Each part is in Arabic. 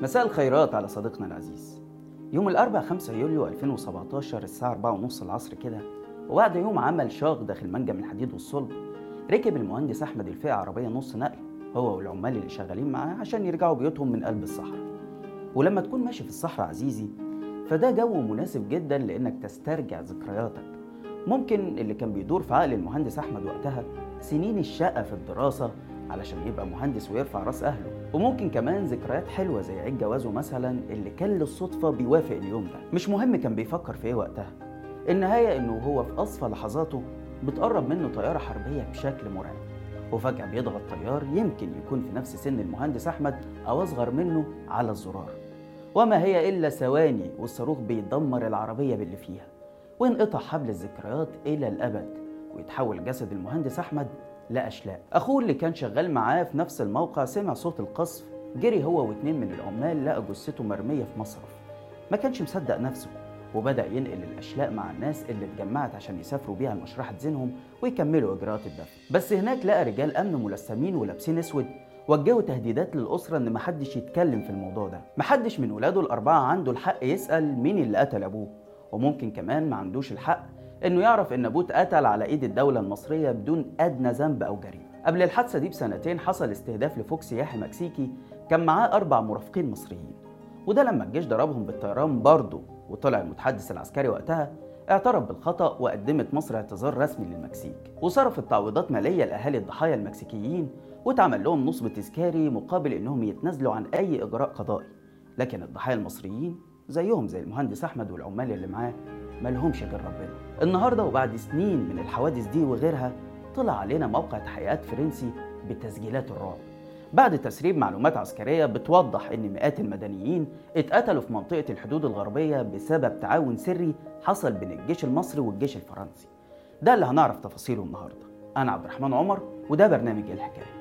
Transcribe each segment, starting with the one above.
مساء الخيرات على صديقنا العزيز. يوم الأربعاء 5 يوليو 2017 الساعة 4:30 العصر كده، وبعد يوم عمل شاق داخل منجم الحديد والصلب، ركب المهندس أحمد الفقي عربية نص نقل هو والعمال اللي شغالين معاه عشان يرجعوا بيوتهم من قلب الصحراء. ولما تكون ماشي في الصحراء عزيزي، فده جو مناسب جدا لأنك تسترجع ذكرياتك. ممكن اللي كان بيدور في عقل المهندس أحمد وقتها سنين الشقة في الدراسة علشان يبقى مهندس ويرفع راس أهله، وممكن كمان ذكريات حلوة زي عيد جوازه مثلا اللي كان للصدفة بيوافق اليوم ده. مش مهم كان بيفكر في ايه وقتها، النهاية انه هو في أصفى لحظاته بتقرب منه طيارة حربية بشكل مرعب، وفجأة بيضغط طيار يمكن يكون في نفس سن المهندس أحمد أو أصغر منه على الزرار، وما هي إلا ثواني والصاروخ بيدمر العربية باللي فيها، وينقطع حبل الذكريات إلى الأبد، ويتحول جسد المهندس أحمد لأشلاء. أخوه اللي كان شغال معاه في نفس الموقع سمع صوت القصف، جري هو واتنين من العمال لقى جثته مرمية في مصرف. ما كانش مصدق نفسه، وبدأ ينقل الأشلاء مع الناس اللي اتجمعت عشان يسافروا بيها لمشرحة زينهم ويكملوا إجراءات الدفن. بس هناك لقى رجال أمن ملثمين ولابسين أسود وجهوا تهديدات للأسرة إن محدش يتكلم في الموضوع ده، محدش من ولاده الأربعة عنده الحق يسأل مين اللي قتل أبوه، وممكن كمان ما عندوش الحق إنه يعرف إن أبوه اتقتل على إيد الدولة المصرية بدون أدنى ذنب أو جريمة. قبل الحادثة دي بسنتين حصل استهداف لفوق سياحي مكسيكي كان معاه 4 مرافقين مصريين، وده لما الجيش ضربهم بالطيران برضه، وطلع المتحدث العسكري وقتها اعترف بالخطأ، وقدمت مصر اعتذار رسمي للمكسيك، وصرفت تعويضات مالية لأهالي الضحايا المكسيكيين، واتعمل لهم نصب تذكاري مقابل إنهم يتنازلوا عن أي إجراء قضائي. لكن الضحايا المصريين زيهم زي المهندس أحمد والعمال اللي معاه مالهمش غير ربنا. النهارده وبعد سنين من الحوادث دي وغيرها، طلع علينا موقع تحقيقات فرنسي بتسجيلات الرعب بعد تسريب معلومات عسكرية بتوضح إن مئات المدنيين اتقتلوا في منطقة الحدود الغربية بسبب تعاون سري حصل بين الجيش المصري والجيش الفرنسي. ده اللي هنعرف تفاصيله النهارده. أنا عبد الرحمن عمر، وده برنامج الحكاية.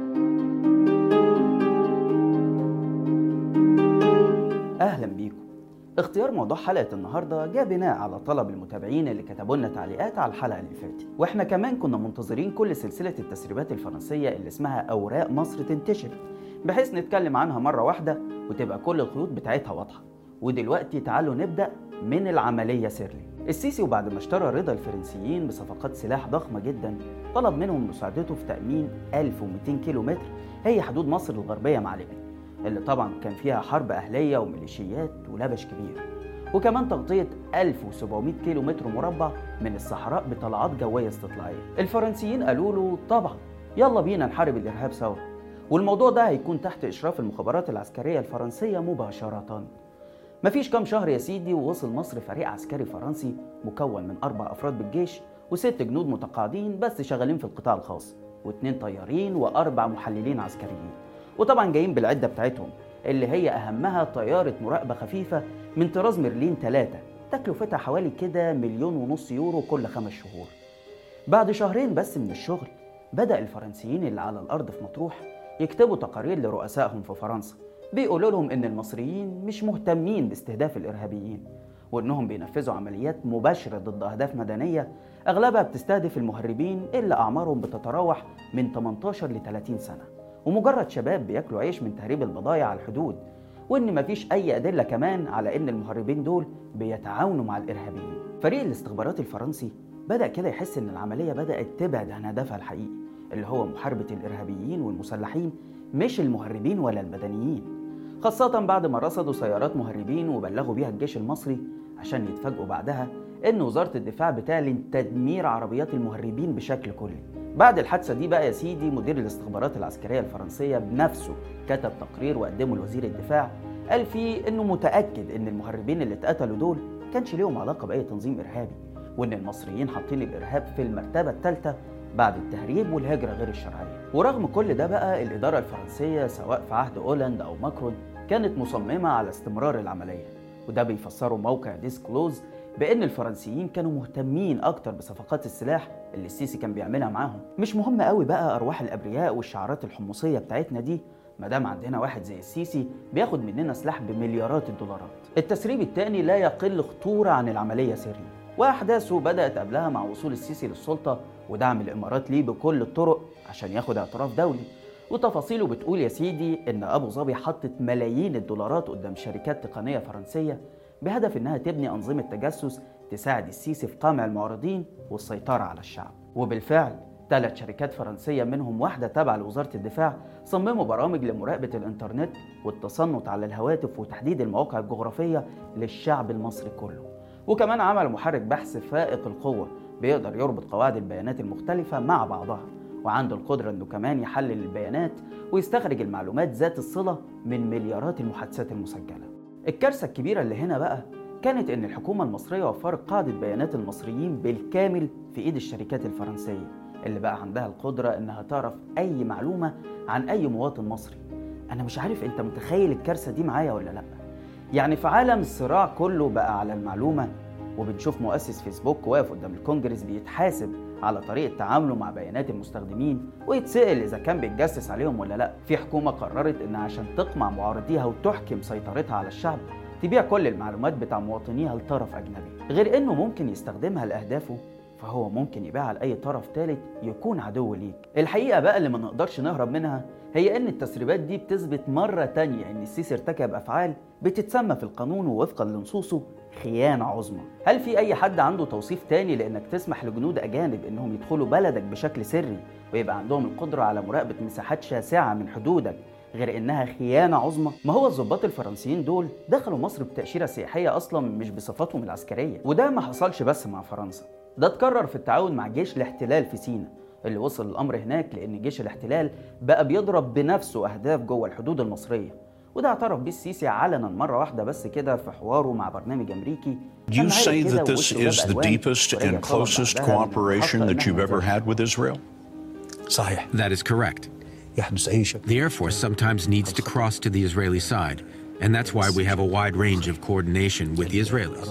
أهلا بيكم. اختيار موضوع حلقة النهاردة جاء بناء على طلب المتابعين اللي كتبوا لنا تعليقات على الحلقة اللي فاتت، واحنا كمان كنا منتظرين كل سلسلة التسريبات الفرنسية اللي اسمها أوراق مصر تنتشر، بحيث نتكلم عنها مرة واحدة وتبقى كل الخيوط بتاعتها واضحة. ودلوقتي تعالوا نبدأ من العملية سيرلي. السيسي وبعد ما اشترى رضا الفرنسيين بصفقات سلاح ضخمة جدا، طلب منهم مساعدته في تأمين 1200 كيلو متر هي حدود مصر الغربية مع ليبيا، اللي طبعا كان فيها حرب أهلية وميليشيات ولبش كبير، وكمان تغطية 1700 كيلو متر مربع من الصحراء بطلعات جوية استطلاعية. الفرنسيين قالوا له طبعا يلا بينا نحارب الإرهاب سوا، والموضوع ده هيكون تحت إشراف المخابرات العسكرية الفرنسية مباشرة. مفيش كام شهر يا سيدي ووصل مصر فريق عسكري فرنسي مكون من 4 أفراد بالجيش و6 جنود متقاعدين بس شغالين في القطاع الخاص، و2 طيارين و4 محللين عسكريين، وطبعا جايين بالعدة بتاعتهم اللي هي أهمها طيارة مراقبة خفيفة من طراز ميرلين 3 تكلفتها حوالي كده 1.5 مليون يورو كل 5 شهور. بعد شهرين بس من الشغل بدأ الفرنسيين اللي على الأرض في مطروح يكتبوا تقارير لرؤسائهم في فرنسا بيقولوا لهم إن المصريين مش مهتمين باستهداف الإرهابيين، وإنهم بينفذوا عمليات مباشرة ضد أهداف مدنية أغلبها بتستهدف المهربين اللي أعمارهم بتتراوح من 18 ل 30 سنة، ومجرد شباب بياكلوا عيش من تهريب البضائع على الحدود، وإن مفيش أي أدلة كمان على إن المهربين دول بيتعاونوا مع الإرهابيين. فريق الاستخبارات الفرنسي بدأ كده يحس إن العملية بدأت تبعد عن هدفها الحقيقي اللي هو محاربة الإرهابيين والمسلحين، مش المهربين ولا المدنيين، خاصة بعد ما رصدوا سيارات مهربين وبلغوا بيها الجيش المصري، عشان يتفاجئوا بعدها إن وزارة الدفاع بتعلن تدمير عربيات المهربين بشكل كلي. بعد الحادثة دي بقى يا سيدي مدير الاستخبارات العسكرية الفرنسية بنفسه كتب تقرير وقدمه لوزير الدفاع، قال فيه إنه متأكد إن المهربين اللي اتقتلوا دول كانش ليهم علاقة بأي تنظيم إرهابي، وإن المصريين حاطين الإرهاب في المرتبة الثالثة بعد التهريب والهجرة غير الشرعية. ورغم كل ده بقى الإدارة الفرنسية سواء في عهد أولاند أو ماكرون كانت مصممة على استمرار العملية، وده بيفسروا موقع ديسكلوز بأن الفرنسيين كانوا مهتمين أكتر بصفقات السلاح اللي السيسي كان بيعملها معاهم. مش مهم قوي بقى أرواح الأبرياء والشعارات الحمصية بتاعتنا دي مادام عندنا واحد زي السيسي بياخد مننا سلاح بمليارات الدولارات. التسريب الثاني لا يقل خطورة عن العملية سري، وأحداثه بدأت قبلها مع وصول السيسي للسلطة ودعم الإمارات ليه بكل الطرق عشان ياخد اعتراف دولي، وتفاصيله بتقول يا سيدي إن أبو ظبي حطت ملايين الدولارات قدام شركات تقنية فرنسية بهدف إنها تبني أنظمة تجسس تساعد السيسي في قمع المعارضين والسيطرة على الشعب. وبالفعل 3 شركات فرنسية منهم واحدة تابعة لوزارة الدفاع صمموا برامج لمراقبة الإنترنت والتصنت على الهواتف وتحديد المواقع الجغرافية للشعب المصري كله. وكمان عملوا محرك بحث فائق القوة بيقدر يربط قواعد البيانات المختلفة مع بعضها، وعنده القدرة إنه كمان يحلل البيانات ويستخرج المعلومات ذات الصلة من مليارات المحادثات المسجلة. الكارثة الكبيرة اللي هنا بقى كانت إن الحكومة المصرية وفرت قاعدة بيانات المصريين بالكامل في إيد الشركات الفرنسية اللي بقى عندها القدرة إنها تعرف أي معلومة عن أي مواطن مصري. أنا مش عارف أنت متخيل الكارثة دي معايا ولا لأ؟ يعني في عالم الصراع كله بقى على المعلومة، وبنشوف مؤسس فيسبوك واقف قدام الكونجرس بيتحاسب على طريقة تعامله مع بيانات المستخدمين ويتسأل إذا كان بيتجسس عليهم ولا لأ. في حكومة قررت إنها عشان تقمع معارضيها وتحكم سيطرتها على الشعب تبيع كل المعلومات بتاع مواطنيها لطرف أجنبي، غير إنه ممكن يستخدمها لأهدافه فهو ممكن يبيعها لأي طرف ثالث يكون عدو ليك. الحقيقة بقى اللي ما نقدرش نهرب منها هي إن التسريبات دي بتثبت مرة تانية إن السيسي ارتكب أفعال بتتسمى في القانون ووفقا لنصوصه خيانة عظمى. هل في أي حد عنده توصيف تاني لأنك تسمح لجنود أجانب إنهم يدخلوا بلدك بشكل سري ويبقى عندهم القدرة على مراقبة مساحات شاسعة من حدودك غير إنها خيانة عظمى؟ ما هو الضباط الفرنسيين دول دخلوا مصر بتأشيرة سياحية أصلا مش بصفاتهم العسكرية، وده ما حصلش بس مع فرنسا، ده اتكرر في التعاون مع جيش الاحتلال في سيناء اللي وصل الأمر هناك لأن جيش الاحتلال بقى بيضرب بنفسه أهداف جوه الحدود المصرية، وده اعترف بيه السيسي علنا مرة واحدة بس كده في حواره مع برنامج أمريكي. You say that this is the deepest and closest cooperation that you've ever had with Israel? صحيح. That is correct. يحدث أي شيء. The Air Force sometimes needs to cross to the Israeli side, and that's why we have a wide range of coordination with the Israelis.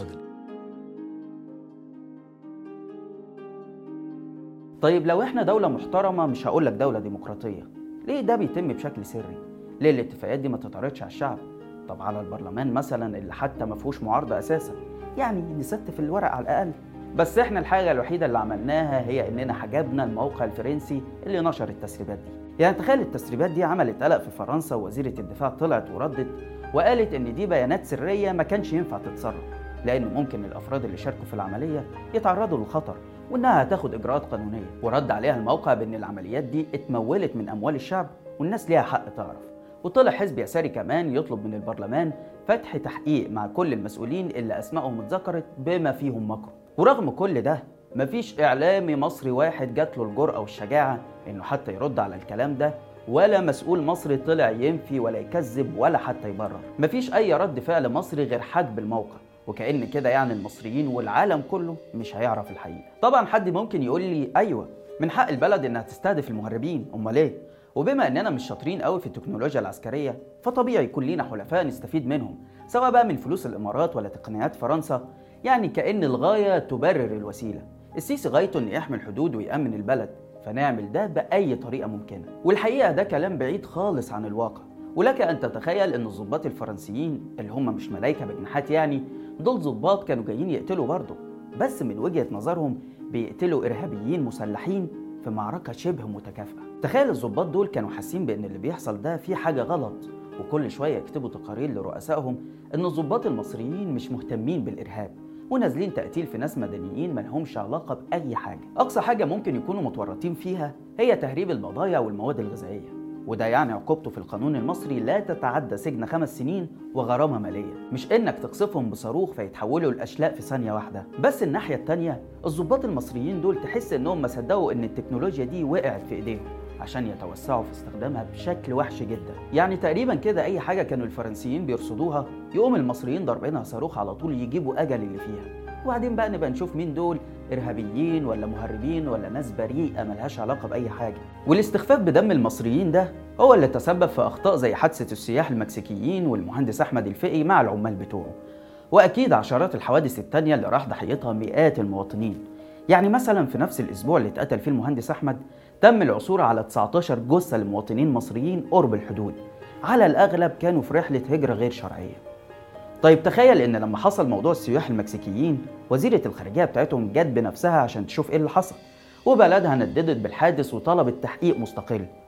طيب لو احنا دولة محترمة، مش هقولك دولة ديمقراطية، ليه ده بيتم بشكل سري؟ ليه الاتفاقيات دي ما تتعرضش على الشعب؟ طب على البرلمان مثلا اللي حتى ما فيهوش معارضة أساسا، يعني نستف الورق على الأقل. بس احنا الحاجة الوحيدة اللي عملناها هي إننا حجبنا الموقع الفرنسي اللي نشر التسريبات دي. يعني تخيل التسريبات دي عملت قلق في فرنسا، ووزيرة الدفاع طلعت وردت وقالت إن دي بيانات سرية ما كانش ينفع تتسرب، لأنه ممكن الأفراد اللي شاركوا في العملية يتعرضوا للخطر وإنها هتاخد إجراءات قانونية. ورد عليها الموقع بأن العمليات دي اتمولت من أموال الشعب والناس ليها حق تعرف. وطلع حزب يساري كمان يطلب من البرلمان فتح تحقيق مع كل المسؤولين اللي أسمائهم اتذكرت بما فيهم مكرو. ورغم كل ده مفيش إعلامي مصري واحد جات له الجرأة والشجاعة إنه حتى يرد على الكلام ده، ولا مسؤول مصري طلع ينفي ولا يكذب ولا حتى يبرر. مفيش أي رد فعل مصري غير حجب الموقع، وكأن كده يعني المصريين والعالم كله مش هيعرف الحقيقة. طبعا حد ممكن يقول لي أيوة من حق البلد إنها تستهدف المهربين، أمال إيه؟ وبما إننا مش شاطرين قوي في التكنولوجيا العسكرية فطبيعي يكون لينا حلفاء نستفيد منهم، سواء بقى من فلوس الإمارات ولا تقنيات فرنسا. يعني كأن الغاية تبرر الوسيلة. السيسي غايته إنه يحمي الحدود ويأمن البلد، فنعمل ده بأي طريقة ممكنة. والحقيقة ده كلام بعيد خالص عن الواقع، ولك أن تتخيل إن الضباط الفرنسيين اللي هم مش ملايكة بجناحات، يعني دول ضباط كانوا جايين يقتلوا برضه، بس من وجهة نظرهم بيقتلوا إرهابيين مسلحين في معركة شبه متكافئة. تخيل الضباط دول كانوا حاسين بأن اللي بيحصل ده فيه حاجة غلط، وكل شوية يكتبوا تقارير لرؤسائهم إن الضباط المصريين مش مهتمين بالإرهاب ونازلين تقتيل في ناس مدنيين ملهمش علاقة بأي حاجة. أقصى حاجة ممكن يكونوا متورطين فيها هي تهريب البضائع والمواد الغذائية، وده يعني عقوبته في القانون المصري لا تتعدى سجن 5 سنين وغرامة مالية، مش إنك تقصفهم بصاروخ فيتحولوا لأشلاء في ثانية واحدة. بس الناحية التانية الضباط المصريين دول تحس إنهم ما صدقوا إن التكنولوجيا دي وقعت في إيديهم عشان يتوسعوا في استخدامها بشكل وحش جدا. يعني تقريبا كده أي حاجة كانوا الفرنسيين بيرصدوها يقوم المصريين ضاربينها صاروخ على طول يجيبوا أجل اللي فيها، وبعدين بقى نبقى نشوف مين دول، إرهابيين ولا مهربين ولا ناس بريئة ملهاش علاقة بأي حاجة. والاستخفاف بدم المصريين ده هو اللي تسبب في أخطاء زي حادثة السياح المكسيكيين والمهندس أحمد الفقي مع العمال بتوعه، وأكيد عشرات الحوادث التانية اللي راح ضحيتها مئات المواطنين. يعني مثلا في نفس الأسبوع اللي اتقتل فيه المهندس أحمد تم العثور على 19 جثة لمواطنين مصريين قرب الحدود، على الأغلب كانوا في رحلة هجرة غير شرعية. طيب تخيل إن لما حصل موضوع السياح المكسيكيين وزيرة الخارجية بتاعتهم جت بنفسها عشان تشوف إيه اللي حصل، وبلدها نددت بالحادث وطلبت تحقيق مستقل،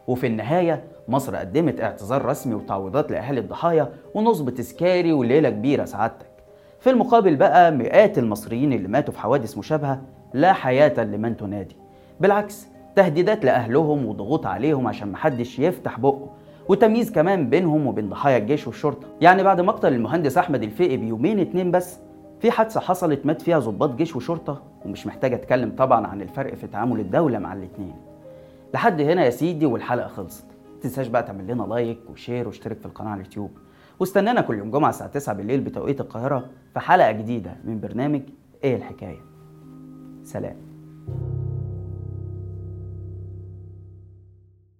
وفي النهاية مصر قدمت اعتذار رسمي وتعويضات لأهالي الضحايا ونصب تذكاري وليلة كبيرة سعادتك. في المقابل بقى مئات المصريين اللي ماتوا في حوادث مشابهة لا حياة لمن تنادي، بالعكس تهديدات لأهلهم وضغوط عليهم عشان محدش يفتح بقه، وتمييز كمان بينهم وبين ضحايا الجيش والشرطة. يعني بعد مقتل المهندس أحمد الفقي بيومين 2 بس في حادثة حصلت مات فيها ضباط جيش وشرطة، ومش محتاج أتكلم طبعا عن الفرق في تعامل الدولة مع الاتنين. لحد هنا يا سيدي والحلقة خلصت. متنساش بقى تعمل لنا لايك وشير واشترك في القناة على اليوتيوب، واستنانا كل يوم جمعة الساعة 9 بالليل بتوقيت القاهرة في حلقة جديدة من برنامج ايه الحكاية. سلام.